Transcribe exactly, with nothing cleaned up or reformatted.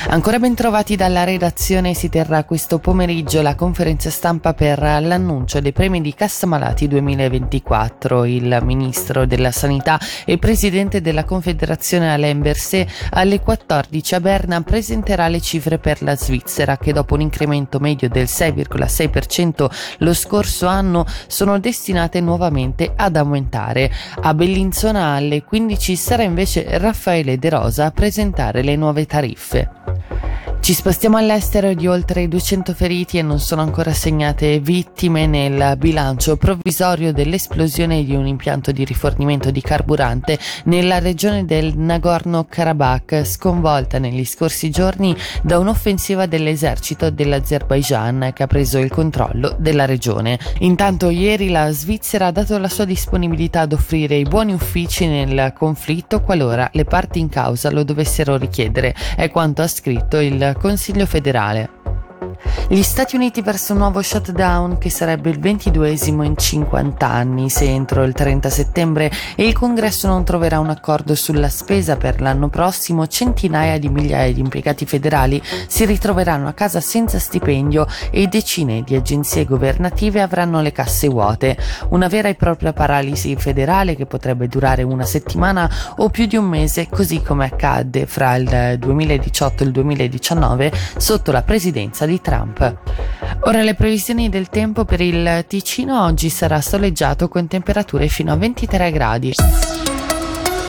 Ancora ben trovati dalla redazione. Si terrà questo pomeriggio la conferenza stampa per l'annuncio dei premi di Cassa Malati duemilaventiquattro. Il ministro della Sanità e presidente della Confederazione Alain Berset alle quattordici a Berna presenterà le cifre per la Svizzera, che dopo un incremento medio del sei virgola sei per cento lo scorso anno sono destinate nuovamente ad aumentare. A Bellinzona alle quindici sarà invece Raffaele De Rosa a presentare le nuove tariffe. Ci spostiamo all'estero. Di oltre duecento feriti e non sono ancora segnate vittime nel bilancio provvisorio dell'esplosione di un impianto di rifornimento di carburante nella regione del Nagorno-Karabakh, sconvolta negli scorsi giorni da un'offensiva dell'esercito dell'Azerbaigian che ha preso il controllo della regione. Intanto ieri la Svizzera ha dato la sua disponibilità ad offrire i buoni uffici nel conflitto qualora le parti in causa lo dovessero richiedere, è quanto ha scritto il Consiglio federale. Gli Stati Uniti verso un nuovo shutdown che sarebbe il ventiduesimo in cinquanta anni se entro il trenta settembre il Congresso non troverà un accordo sulla spesa per l'anno prossimo. Centinaia di migliaia di impiegati federali si ritroveranno a casa senza stipendio e decine di agenzie governative avranno le casse vuote. Una vera e propria paralisi federale che potrebbe durare una settimana o più di un mese, così come accadde fra il duemiladiciotto e il duemiladiciannove sotto la presidenza di Trump. Ora le previsioni del tempo per il Ticino. Oggi sarà soleggiato con temperature fino a ventitré gradi.